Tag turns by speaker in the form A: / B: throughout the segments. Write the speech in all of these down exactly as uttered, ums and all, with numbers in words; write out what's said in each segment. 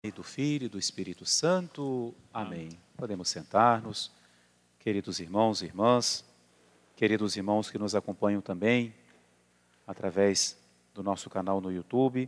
A: E do Filho e do Espírito Santo. Amém. Podemos sentar-nos, queridos irmãos e irmãs, queridos irmãos que nos acompanham também através do nosso canal no YouTube,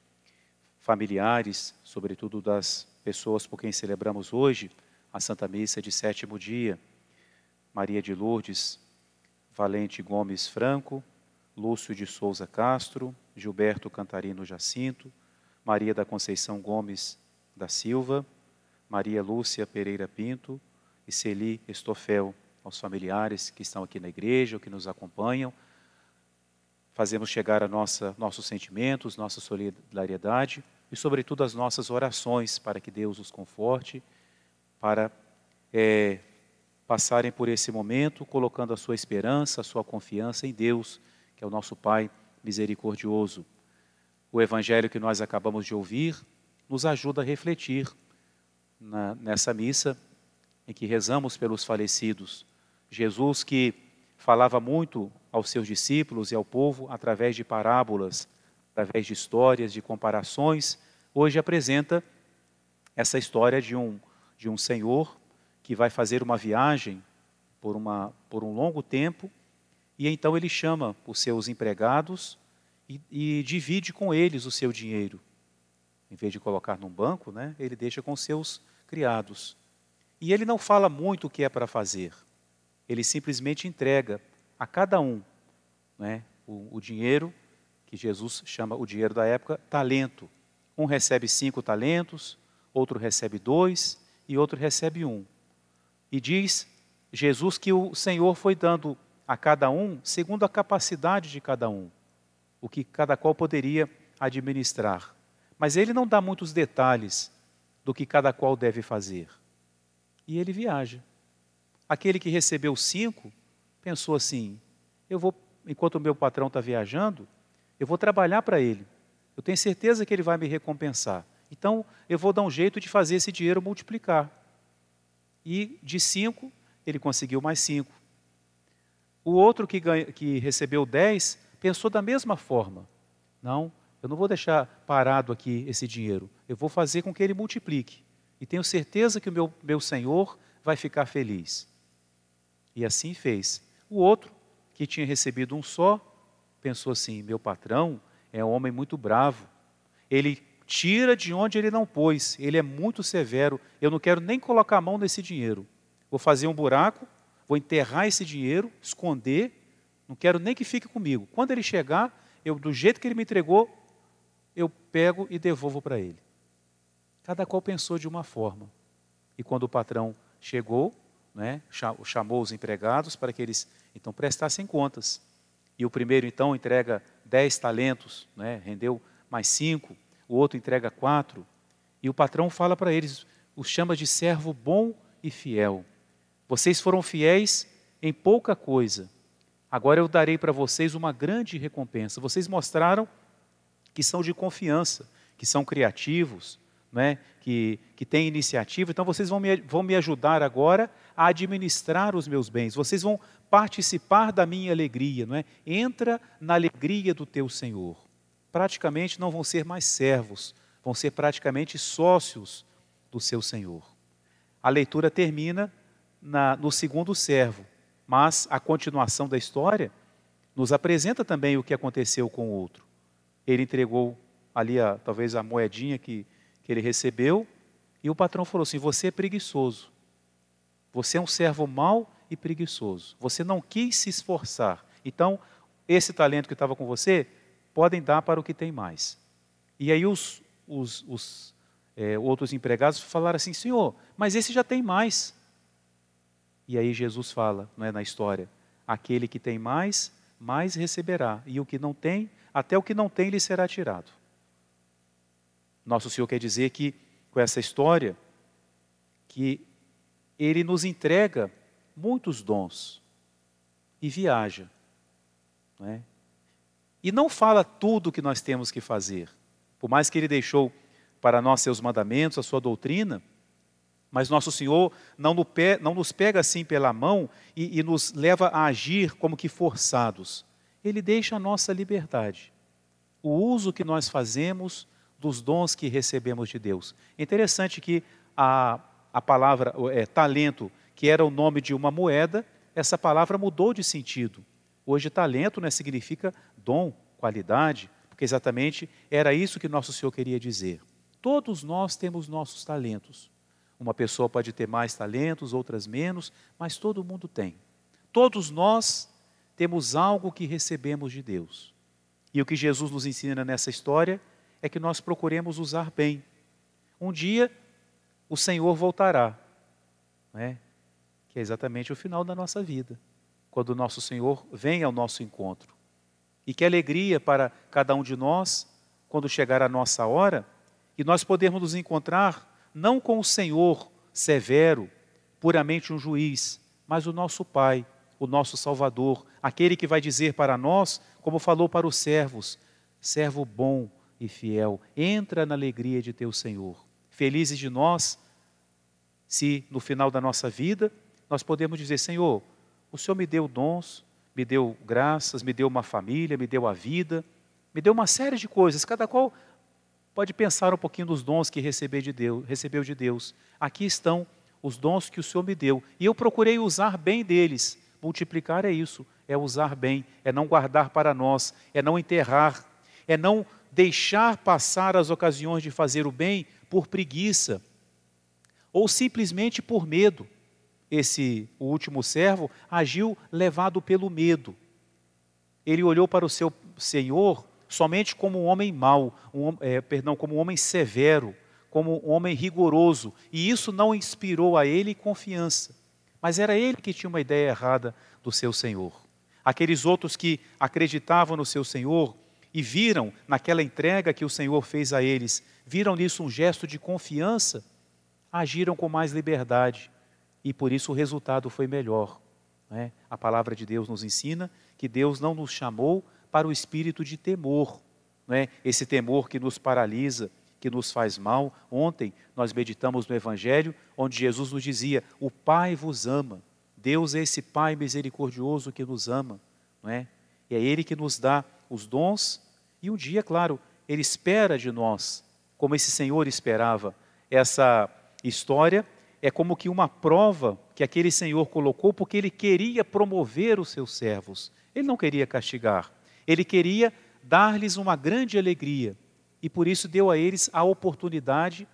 A: familiares, sobretudo das pessoas por quem celebramos hoje a Santa Missa de sétimo dia, Maria de Lourdes Valente Gomes Franco, Lúcio de Souza Castro, Gilberto Cantarino Jacinto, Maria da Conceição Gomes da Silva, Maria Lúcia Pereira Pinto e Celi Estofel, aos familiares que estão aqui na igreja, ou que nos acompanham. Fazemos chegar a nossa, nossos sentimentos, nossa solidariedade e, sobretudo, as nossas orações para que Deus os conforte, para é, passarem por esse momento colocando a sua esperança, a sua confiança em Deus, que é o nosso Pai misericordioso. O Evangelho que nós acabamos de ouvir nos ajuda a refletir na, nessa missa em que rezamos pelos falecidos. Jesus, que falava muito aos seus discípulos e ao povo através de parábolas, através de histórias, de comparações, hoje apresenta essa história de um, de um senhor que vai fazer uma viagem por, uma, por um longo tempo e então ele chama os seus empregados e, e divide com eles o seu dinheiro. Em vez de colocar num banco, né, ele deixa com seus criados. E ele não fala muito o que é para fazer. Ele simplesmente entrega a cada um, né, o, o dinheiro, que Jesus chama o dinheiro da época, talento. Um recebe cinco talentos, outro recebe dois e outro recebe um. E diz Jesus que o Senhor foi dando a cada um segundo a capacidade de cada um, o que cada qual poderia administrar. Mas ele não dá muitos detalhes do que cada qual deve fazer. E ele viaja. Aquele que recebeu cinco, pensou assim, eu vou, enquanto o meu patrão está viajando, eu vou trabalhar para ele. Eu tenho certeza que ele vai me recompensar. Então, eu vou dar um jeito de fazer esse dinheiro multiplicar. E de cinco, ele conseguiu mais cinco. O outro que, ganha, que recebeu dez, pensou da mesma forma. Não, eu não vou deixar parado aqui esse dinheiro. Eu vou fazer com que ele multiplique. E tenho certeza que o meu, meu Senhor vai ficar feliz. E assim fez. O outro, que tinha recebido um só, pensou assim, meu patrão é um homem muito bravo. Ele tira de onde ele não pôs. Ele é muito severo. Eu não quero nem colocar a mão nesse dinheiro. Vou fazer um buraco, vou enterrar esse dinheiro, esconder. Não quero nem que fique comigo. Quando ele chegar, eu, do jeito que ele me entregou, eu pego e devolvo para ele. Cada qual pensou de uma forma. E quando o patrão chegou, né, chamou os empregados para que eles então prestassem contas. E o primeiro então entrega dez talentos, né, rendeu mais cinco, o outro entrega quatro. E o patrão fala para eles, os chama de servo bom e fiel. Vocês foram fiéis em pouca coisa. Agora eu darei para vocês uma grande recompensa. Vocês mostraram que são de confiança, que são criativos, né? que, que têm iniciativa. Então vocês vão me, vão me ajudar agora a administrar os meus bens. Vocês vão participar da minha alegria. Não é? Entra na alegria do teu Senhor. Praticamente não vão ser mais servos, vão ser praticamente sócios do seu Senhor. A leitura termina na, no segundo servo, mas a continuação da história nos apresenta também o que aconteceu com o outro. Ele entregou ali a, talvez a moedinha que, que ele recebeu e o patrão falou assim, você é preguiçoso, você é um servo mau e preguiçoso, você não quis se esforçar, então esse talento que estava com você, podem dar para o que tem mais. E aí os, os, os é, outros empregados falaram assim, Senhor, mas esse já tem mais. E aí Jesus fala, não é, na história, aquele que tem mais, mais receberá, e o que não tem, até o que não tem lhe será tirado. Nosso Senhor quer dizer que, com essa história, que Ele nos entrega muitos dons e viaja. Não é? E não fala tudo o que nós temos que fazer. Por mais que Ele deixou para nós seus mandamentos, a sua doutrina, mas Nosso Senhor não nos pega assim pela mão e, e nos leva a agir como que forçados. Ele deixa a nossa liberdade. O uso que nós fazemos dos dons que recebemos de Deus. É interessante que a, a palavra é, talento, que era o nome de uma moeda, essa palavra mudou de sentido. Hoje talento, né, significa dom, qualidade, porque exatamente era isso que nosso Senhor queria dizer. Todos nós temos nossos talentos. Uma pessoa pode ter mais talentos, outras menos, mas todo mundo tem. Todos nós temos algo que recebemos de Deus. E o que Jesus nos ensina nessa história é que nós procuremos usar bem. Um dia o Senhor voltará, né? Que é exatamente o final da nossa vida, quando o nosso Senhor vem ao nosso encontro. E que alegria para cada um de nós, quando chegar a nossa hora, e nós podermos nos encontrar não com o Senhor severo, puramente um juiz, mas o nosso Pai, o nosso Salvador, aquele que vai dizer para nós, como falou para os servos: servo bom e fiel, entra na alegria de teu Senhor. Felizes de nós, se no final da nossa vida, nós podemos dizer: Senhor, o Senhor me deu dons, me deu graças, me deu uma família, me deu a vida, me deu uma série de coisas, cada qual pode pensar um pouquinho dos dons que recebeu de Deus, recebeu de Deus. Aqui estão os dons que o Senhor me deu, e eu procurei usar bem deles. Multiplicar é isso, é usar bem, é não guardar para nós, é não enterrar, é não deixar passar as ocasiões de fazer o bem por preguiça, ou simplesmente por medo. Esse, o último servo, agiu levado pelo medo. Ele olhou para o seu senhor somente como um homem mau, um, é, perdão, como um homem severo, como um homem rigoroso, e isso não inspirou a ele confiança. Mas era ele que tinha uma ideia errada do seu Senhor. Aqueles outros que acreditavam no seu Senhor e viram naquela entrega que o Senhor fez a eles, viram nisso um gesto de confiança, agiram com mais liberdade e por isso o resultado foi melhor, né? A palavra de Deus nos ensina que Deus não nos chamou para o espírito de temor, né? Esse temor que nos paralisa, que nos faz mal. Ontem nós meditamos no Evangelho, onde Jesus nos dizia: o Pai vos ama. Deus é esse Pai misericordioso que nos ama, não é? E é Ele que nos dá os dons, e um dia, claro, Ele espera de nós, como esse Senhor esperava. Essa história é como que uma prova que aquele Senhor colocou, porque Ele queria promover os seus servos. Ele não queria castigar, Ele queria dar-lhes uma grande alegria. E por isso deu a eles a oportunidade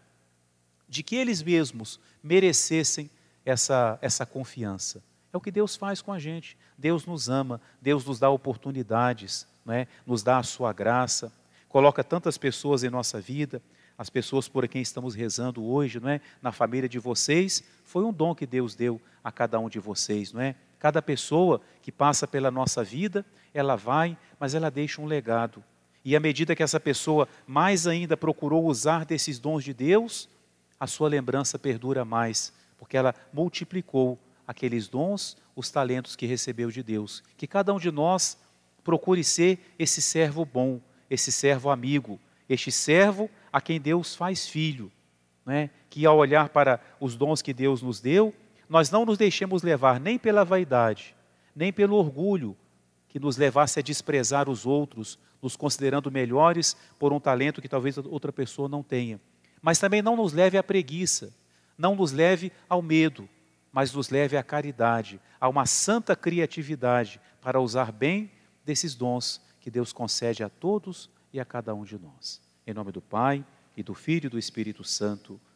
A: de que eles mesmos merecessem essa, essa confiança. É o que Deus faz com a gente. Deus nos ama, Deus nos dá oportunidades, né? Nos dá a sua graça, coloca tantas pessoas em nossa vida, as pessoas por quem estamos rezando hoje, não é? Na família de vocês, foi um dom que Deus deu a cada um de vocês, não é? Cada pessoa que passa pela nossa vida, ela vai, mas ela deixa um legado. E à medida que essa pessoa mais ainda procurou usar desses dons de Deus, a sua lembrança perdura mais, porque ela multiplicou aqueles dons, os talentos que recebeu de Deus. Que cada um de nós procure ser esse servo bom, esse servo amigo, este servo a quem Deus faz filho, né? Que ao olhar para os dons que Deus nos deu, nós não nos deixemos levar nem pela vaidade, nem pelo orgulho, que nos levasse a desprezar os outros, nos considerando melhores por um talento que talvez outra pessoa não tenha. Mas também não nos leve à preguiça, não nos leve ao medo, mas nos leve à caridade, a uma santa criatividade para usar bem desses dons que Deus concede a todos e a cada um de nós. Em nome do Pai, e do Filho e do Espírito Santo.